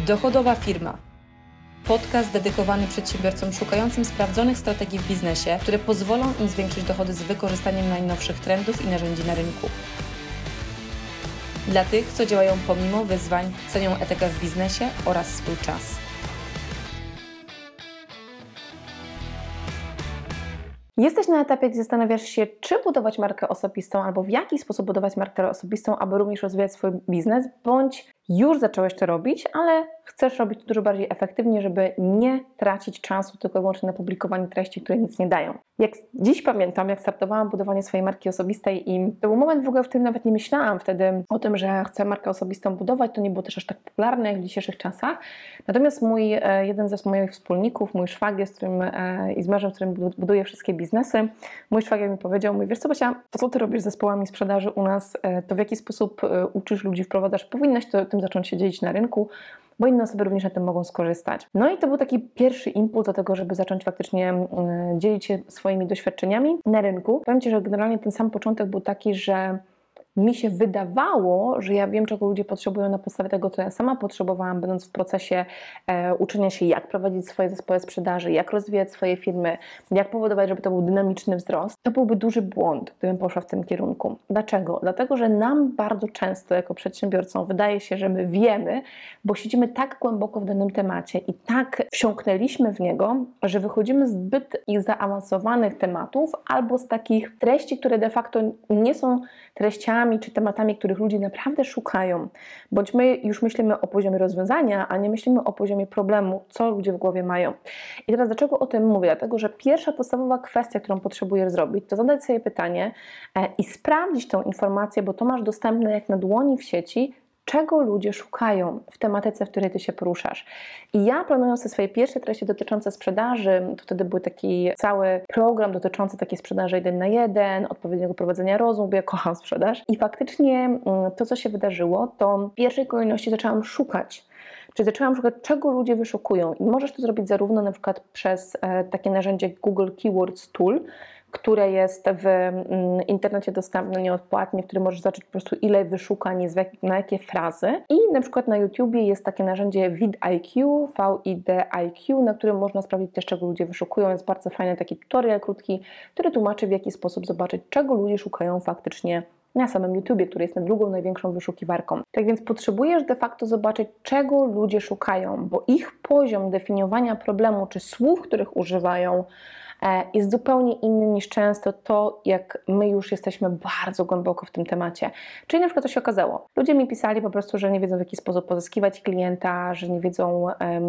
Dochodowa firma. Podcast dedykowany przedsiębiorcom szukającym sprawdzonych strategii w biznesie, które pozwolą im zwiększyć dochody z wykorzystaniem najnowszych trendów i narzędzi na rynku. Dla tych, co działają pomimo wyzwań, cenią etykę w biznesie oraz swój czas. Jesteś na etapie, gdzie zastanawiasz się, czy budować markę osobistą, albo w jaki sposób budować markę osobistą, aby również rozwijać swój biznes, bądź już zacząłeś to robić, ale chcesz robić to dużo bardziej efektywnie, żeby nie tracić czasu tylko i wyłącznie na publikowanie treści, które nic nie dają. Jak dziś pamiętam, jak startowałam budowanie swojej marki osobistej i to był moment w ogóle, w którym nawet nie myślałam wtedy o tym, że chcę markę osobistą budować, to nie było też aż tak popularne jak w dzisiejszych czasach. Natomiast jeden ze moich wspólników, mój szwagier, z mężem, z którym buduję wszystkie biznesy, mój szwagier mi powiedział, wiesz co Basia, to co ty robisz z zespołami sprzedaży u nas, to w jaki sposób uczysz ludzi, wprowadzasz, powinnaś tym zacząć się dzielić na rynku, bo inne osoby również na tym mogą skorzystać. No i to był taki pierwszy impuls do tego, żeby zacząć faktycznie dzielić się swoimi doświadczeniami na rynku. Powiem Ci, że generalnie ten sam początek był taki, że mi się wydawało, że ja wiem, czego ludzie potrzebują na podstawie tego, co ja sama potrzebowałam, będąc w procesie uczenia się, jak prowadzić swoje zespoły sprzedaży, jak rozwijać swoje firmy, jak powodować, żeby to był dynamiczny wzrost. To byłby duży błąd, gdybym poszła w tym kierunku. Dlaczego? Dlatego, że nam bardzo często jako przedsiębiorcom wydaje się, że my wiemy, bo siedzimy tak głęboko w danym temacie i tak wsiąknęliśmy w niego, że wychodzimy z zbyt zaawansowanych tematów albo z takich treści, które de facto nie są treściami czy tematami, których ludzie naprawdę szukają, bądź my już myślimy o poziomie rozwiązania, a nie myślimy o poziomie problemu, co ludzie w głowie mają. I teraz dlaczego o tym mówię? Dlatego, że pierwsza podstawowa kwestia, którą potrzebujesz zrobić, to zadać sobie pytanie i sprawdzić tą informację, bo to masz dostępne jak na dłoni w sieci, czego ludzie szukają w tematyce, w której Ty się poruszasz. I ja, planując te swoje pierwsze treści dotyczące sprzedaży, to wtedy był taki cały program dotyczący takiej sprzedaży 1 na 1, odpowiedniego prowadzenia rozmów, bo ja kocham sprzedaż. I faktycznie to, co się wydarzyło, to w pierwszej kolejności zaczęłam szukać. Czyli zaczęłam szukać, czego ludzie wyszukują. I możesz to zrobić zarówno na przykład przez takie narzędzie Google Keywords Tool, które jest w internecie dostępne nieodpłatnie, w którym możesz zobaczyć po prostu ile wyszukań jest na jakie frazy. I na przykład na YouTubie jest takie narzędzie vidIQ, VidIQ, na którym można sprawdzić też, czego ludzie wyszukują. Jest bardzo fajny taki tutorial krótki, który tłumaczy, w jaki sposób zobaczyć, czego ludzie szukają faktycznie na samym YouTubie, który jest drugą największą wyszukiwarką. Tak więc potrzebujesz de facto zobaczyć, czego ludzie szukają, bo ich poziom definiowania problemu, czy słów, których używają, jest zupełnie inny niż często to, jak my już jesteśmy bardzo głęboko w tym temacie. Czyli na przykład to się okazało. Ludzie mi pisali po prostu, że nie wiedzą, w jaki sposób pozyskiwać klienta, że nie wiedzą...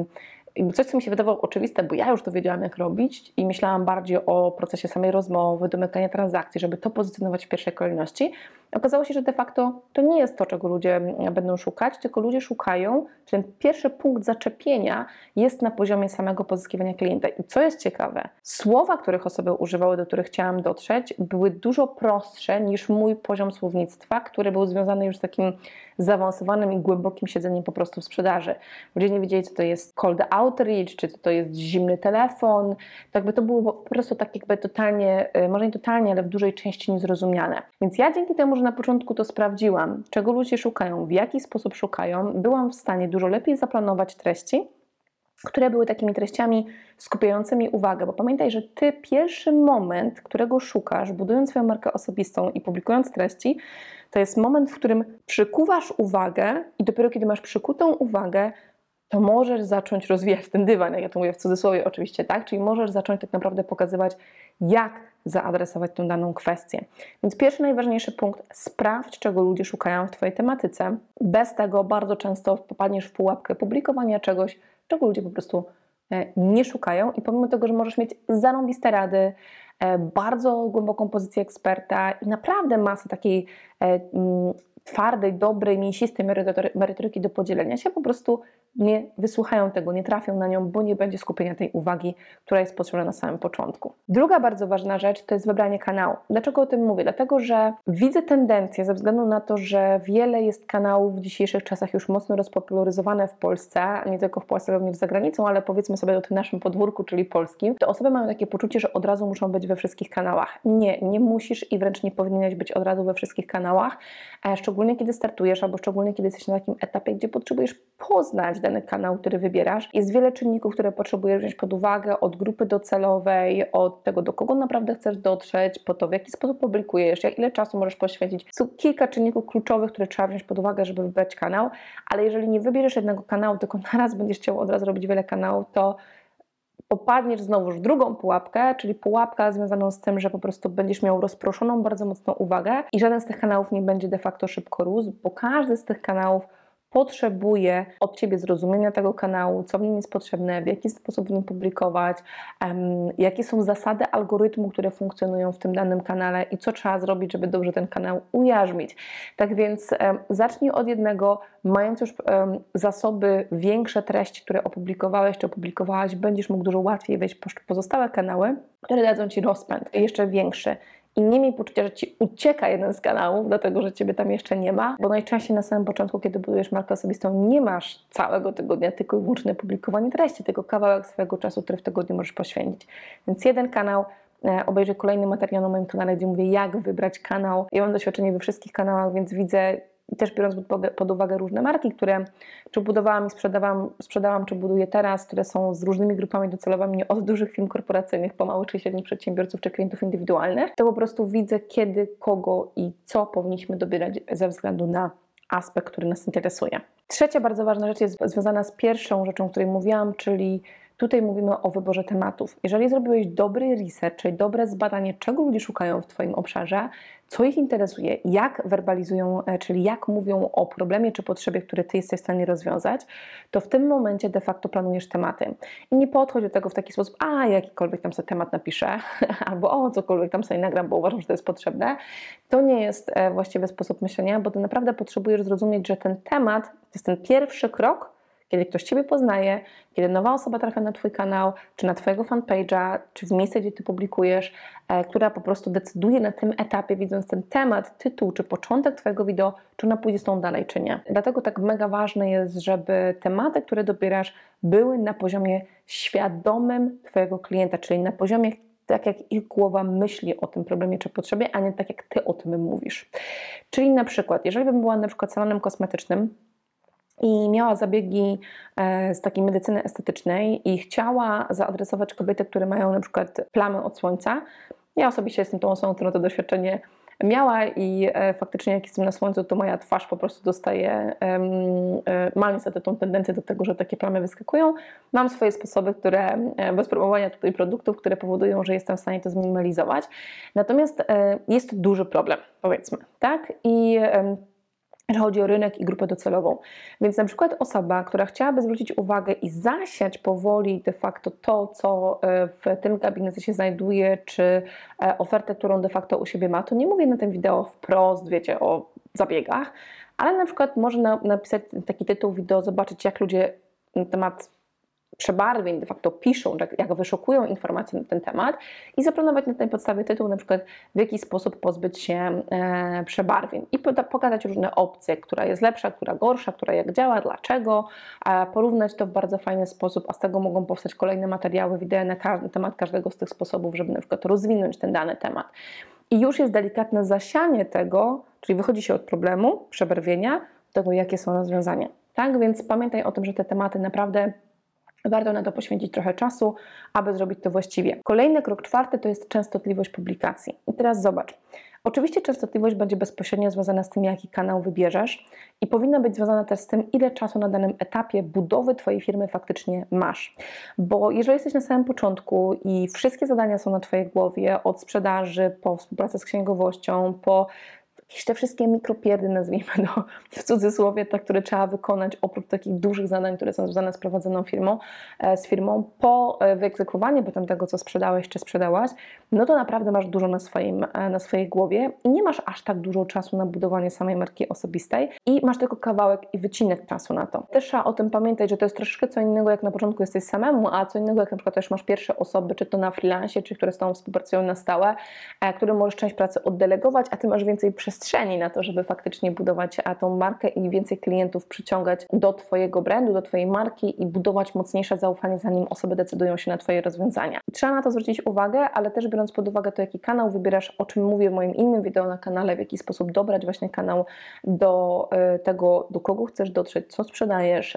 Coś, co mi się wydawało oczywiste, bo ja już to wiedziałam, jak robić i myślałam bardziej o procesie samej rozmowy, domykania transakcji, żeby to pozycjonować w pierwszej kolejności. Okazało się, że de facto to nie jest to, czego ludzie będą szukać, tylko ludzie szukają, że ten pierwszy punkt zaczepienia jest na poziomie samego pozyskiwania klienta. I co jest ciekawe, słowa, których osoby używały, do których chciałam dotrzeć, były dużo prostsze niż mój poziom słownictwa, który był związany już z takim zaawansowanym i głębokim siedzeniem po prostu w sprzedaży. Ludzie nie wiedzieli, co to jest cold outreach, czy co to jest zimny telefon. To jakby to było po prostu tak jakby totalnie, może nie totalnie, ale w dużej części niezrozumiane. Więc ja dzięki temu, że na początku to sprawdziłam, czego ludzie szukają, w jaki sposób szukają, byłam w stanie dużo lepiej zaplanować treści, które były takimi treściami skupiającymi uwagę, bo pamiętaj, że Ty pierwszy moment, którego szukasz, budując swoją markę osobistą i publikując treści, to jest moment, w którym przykuwasz uwagę i dopiero kiedy masz przykutą uwagę, to możesz zacząć rozwijać ten dywan, jak ja to mówię w cudzysłowie oczywiście, tak? Czyli możesz zacząć tak naprawdę pokazywać, jak zaadresować tę daną kwestię. Więc pierwszy, najważniejszy punkt, sprawdź, czego ludzie szukają w Twojej tematyce. Bez tego bardzo często popadniesz w pułapkę publikowania czegoś, czego ludzie po prostu nie szukają i pomimo tego, że możesz mieć zarąbiste rady, bardzo głęboką pozycję eksperta i naprawdę masę takiej twardej, dobrej, mięsistej merytoryki do podzielenia się, po prostu nie wysłuchają tego, nie trafią na nią, bo nie będzie skupienia tej uwagi, która jest potrzebna na samym początku. Druga bardzo ważna rzecz to jest wybranie kanału. Dlaczego o tym mówię? Dlatego, że widzę tendencję ze względu na to, że wiele jest kanałów w dzisiejszych czasach już mocno rozpopularyzowane w Polsce, nie tylko w Polsce, również za granicą, ale powiedzmy sobie o tym naszym podwórku, czyli polskim, to osoby mają takie poczucie, że od razu muszą być we wszystkich kanałach. Nie, nie musisz i wręcz nie powinieneś być od razu we wszystkich kanałach, szczególnie kiedy startujesz albo szczególnie kiedy jesteś na takim etapie, gdzie potrzebujesz poznać dany kanał, który wybierasz. Jest wiele czynników, które potrzebujesz wziąć pod uwagę, od grupy docelowej, od tego, do kogo naprawdę chcesz dotrzeć, po to, w jaki sposób publikujesz, ile czasu możesz poświęcić. Są kilka czynników kluczowych, które trzeba wziąć pod uwagę, żeby wybrać kanał, ale jeżeli nie wybierzesz jednego kanału, tylko naraz będziesz chciał od razu robić wiele kanałów, to popadniesz znowu w drugą pułapkę, czyli pułapkę związaną z tym, że po prostu będziesz miał rozproszoną bardzo mocno uwagę i żaden z tych kanałów nie będzie de facto szybko rósł, bo każdy z tych kanałów potrzebuje od Ciebie zrozumienia tego kanału, co w nim jest potrzebne, w jaki sposób w nim publikować, jakie są zasady algorytmu, które funkcjonują w tym danym kanale i co trzeba zrobić, żeby dobrze ten kanał ujarzmić. Tak więc zacznij od jednego, mając już zasoby, większe treści, które opublikowałeś czy opublikowałaś, będziesz mógł dużo łatwiej wejść w pozostałe kanały, które dadzą Ci rozpęd jeszcze większy. I nie miej poczucia, że Ci ucieka jeden z kanałów, dlatego że Ciebie tam jeszcze nie ma, bo najczęściej na samym początku, kiedy budujesz markę osobistą, nie masz całego tygodnia tylko i wyłącznie na publikowanie treści, tylko kawałek swojego czasu, który w tygodniu możesz poświęcić. Więc jeden kanał, obejrzyj kolejny materiał na moim kanale, gdzie mówię, jak wybrać kanał. Ja mam doświadczenie we wszystkich kanałach, więc widzę, też biorąc pod uwagę różne marki, które czy budowałam i sprzedałam, czy buduję teraz, które są z różnymi grupami docelowymi, od dużych firm korporacyjnych po małych czy średnich przedsiębiorców, czy klientów indywidualnych, to po prostu widzę, kiedy, kogo i co powinniśmy dobierać ze względu na aspekt, który nas interesuje. Trzecia bardzo ważna rzecz jest związana z pierwszą rzeczą, o której mówiłam, czyli tutaj mówimy o wyborze tematów. Jeżeli zrobiłeś dobry research, czyli dobre zbadanie, czego ludzie szukają w Twoim obszarze, co ich interesuje, jak werbalizują, czyli jak mówią o problemie czy potrzebie, który Ty jesteś w stanie rozwiązać, to w tym momencie de facto planujesz tematy. I nie podchodź do tego w taki sposób, jakikolwiek tam sobie temat napiszę, albo cokolwiek tam sobie nagram, bo uważam, że to jest potrzebne. To nie jest właściwy sposób myślenia, bo Ty naprawdę potrzebujesz zrozumieć, że ten temat to jest ten pierwszy krok, kiedy ktoś Ciebie poznaje, kiedy nowa osoba trafia na Twój kanał, czy na Twojego fanpage'a, czy w miejsce, gdzie Ty publikujesz, która po prostu decyduje na tym etapie, widząc ten temat, tytuł, czy początek Twojego wideo, czy ona pójdzie z tą dalej, czy nie. Dlatego tak mega ważne jest, żeby tematy, które dobierasz, były na poziomie świadomym Twojego klienta, czyli na poziomie tak jak ich głowa myśli o tym problemie czy potrzebie, a nie tak jak Ty o tym mówisz. Czyli na przykład, jeżeli bym była na przykład salonem kosmetycznym, i miała zabiegi z takiej medycyny estetycznej i chciała zaadresować kobiety, które mają na przykład plamy od słońca. Ja osobiście jestem tą osobą, która to doświadczenie miała i faktycznie jak jestem na słońcu, to moja twarz po prostu dostaje, ma niestety tą tendencję do tego, że takie plamy wyskakują. Mam swoje sposoby, które bez promowania tutaj produktów, które powodują, że jestem w stanie to zminimalizować. Natomiast jest to duży problem, powiedzmy, tak? I że chodzi o rynek i grupę docelową. Więc na przykład osoba, która chciałaby zwrócić uwagę i zasiać powoli de facto to, co w tym gabinecie się znajduje, czy ofertę, którą de facto u siebie ma, to nie mówię na tym wideo wprost, wiecie, o zabiegach, ale na przykład może napisać taki tytuł wideo, zobaczyć, jak ludzie na temat przebarwień de facto piszą, jak wyszukują informacje na ten temat i zaplanować na tej podstawie tytuł, na przykład w jaki sposób pozbyć się przebarwień i pokazać różne opcje, która jest lepsza, która gorsza, która jak działa, dlaczego, porównać to w bardzo fajny sposób, a z tego mogą powstać kolejne materiały, wideo na temat każdego z tych sposobów, żeby na przykład rozwinąć ten dany temat. I już jest delikatne zasianie tego, czyli wychodzi się od problemu, przebarwienia, do tego, jakie są rozwiązania. Tak, więc pamiętaj o tym, że te tematy naprawdę warto na to poświęcić trochę czasu, aby zrobić to właściwie. Kolejny krok czwarty to jest częstotliwość publikacji. I teraz zobacz. Oczywiście częstotliwość będzie bezpośrednio związana z tym, jaki kanał wybierzesz i powinna być związana też z tym, ile czasu na danym etapie budowy Twojej firmy faktycznie masz. Bo jeżeli jesteś na samym początku i wszystkie zadania są na Twojej głowie, od sprzedaży, po współpracę z księgowością, po jakieś te wszystkie mikropierdy, nazwijmy to w cudzysłowie, te, które trzeba wykonać oprócz takich dużych zadań, które są związane z prowadzoną firmą, po wyegzekwowanie potem tego, co sprzedałeś czy sprzedałaś, no to naprawdę masz dużo na swojej głowie i nie masz aż tak dużo czasu na budowanie samej marki osobistej i masz tylko kawałek i wycinek czasu na to. Też trzeba o tym pamiętać, że to jest troszeczkę co innego, jak na początku jesteś samemu, a co innego, jak na przykład też masz pierwsze osoby, czy to na freelancie, czy które z Tobą współpracują na stałe, które możesz część pracy oddelegować, a Ty masz więcej przestrzeni przestrzeni na to, żeby faktycznie budować tą markę i więcej klientów przyciągać do Twojego brandu, do Twojej marki i budować mocniejsze zaufanie, zanim osoby decydują się na Twoje rozwiązania. Trzeba na to zwrócić uwagę, ale też biorąc pod uwagę to, jaki kanał wybierasz, o czym mówię w moim innym wideo na kanale, w jaki sposób dobrać właśnie kanał do tego, do kogo chcesz dotrzeć, co sprzedajesz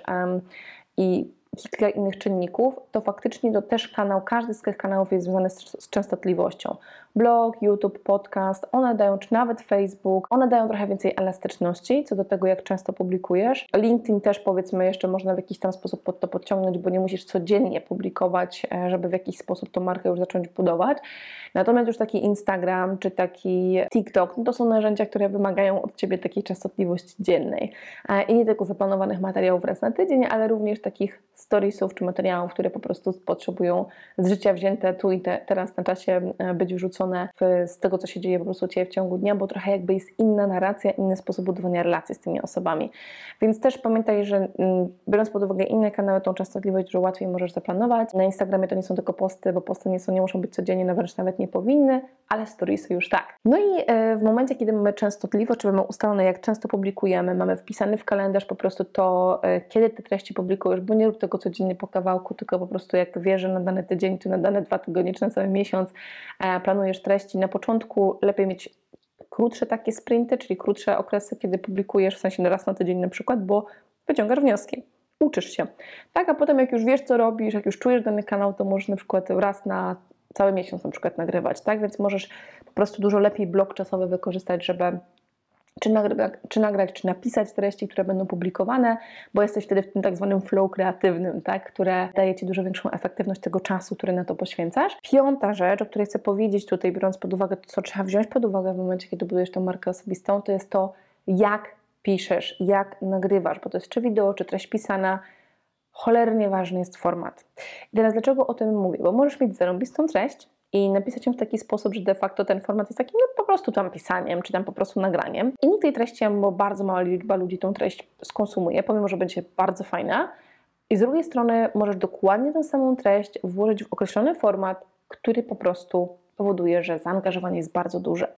i kilka innych czynników, to faktycznie to też kanał, każdy z tych kanałów jest związany z częstotliwością. Blog, YouTube, podcast, one dają, czy nawet Facebook, one dają trochę więcej elastyczności co do tego, jak często publikujesz. LinkedIn też, powiedzmy, jeszcze można w jakiś tam sposób pod to podciągnąć, bo nie musisz codziennie publikować, żeby w jakiś sposób tą markę już zacząć budować. Natomiast już taki Instagram czy taki TikTok, no to są narzędzia, które wymagają od Ciebie takiej częstotliwości dziennej. I nie tylko zaplanowanych materiałów raz na tydzień, ale również takich storiesów czy materiałów, które po prostu potrzebują z życia wzięte tu i teraz na czasie być wrzucone z tego, co się dzieje po prostu u Ciebie w ciągu dnia, bo trochę jakby jest inna narracja, inny sposób budowania relacji z tymi osobami. Więc też pamiętaj, że biorąc pod uwagę inne kanały, tą częstotliwość dużo łatwiej możesz zaplanować. Na Instagramie to nie są tylko posty, bo posty nie muszą być codziennie, nawet nie powinny, ale storiesy już tak. No i w momencie, kiedy mamy częstotliwość, czy mamy ustalone, jak często publikujemy, mamy wpisany w kalendarz po prostu to, kiedy te treści publikujesz, bo nie rób tego codziennie po kawałku, tylko po prostu jak wiesz, że na dany tydzień, czy na dane 2 tygodnie, czy na cały miesiąc planujesz treści. Na początku lepiej mieć krótsze takie sprinty, czyli krótsze okresy, kiedy publikujesz, w sensie raz na tydzień na przykład, bo wyciągasz wnioski. Uczysz się. Tak, a potem jak już wiesz, co robisz, jak już czujesz dany kanał, to możesz na przykład raz na cały miesiąc na przykład nagrywać, tak? Więc możesz po prostu dużo lepiej blok czasowy wykorzystać, żeby czy nagrać, czy napisać treści, które będą publikowane, bo jesteś wtedy w tym tak zwanym flow kreatywnym, tak? Które daje Ci dużo większą efektywność tego czasu, który na to poświęcasz. Piąta rzecz, o której chcę powiedzieć tutaj, biorąc pod uwagę to, co trzeba wziąć pod uwagę w momencie, kiedy budujesz tą markę osobistą, to jest to, jak piszesz, jak nagrywasz, bo to jest czy wideo, czy treść pisana. Cholernie ważny jest format. I teraz dlaczego o tym mówię? Bo możesz mieć zarąbistą treść i napisać ją w taki sposób, że de facto ten format jest takim po prostu tam pisaniem, czy tam po prostu nagraniem. I nikt tej treści, bo bardzo mała liczba ludzi tą treść skonsumuje, pomimo że będzie bardzo fajna. I z drugiej strony możesz dokładnie tę samą treść włożyć w określony format, który po prostu powoduje, że zaangażowanie jest bardzo duże.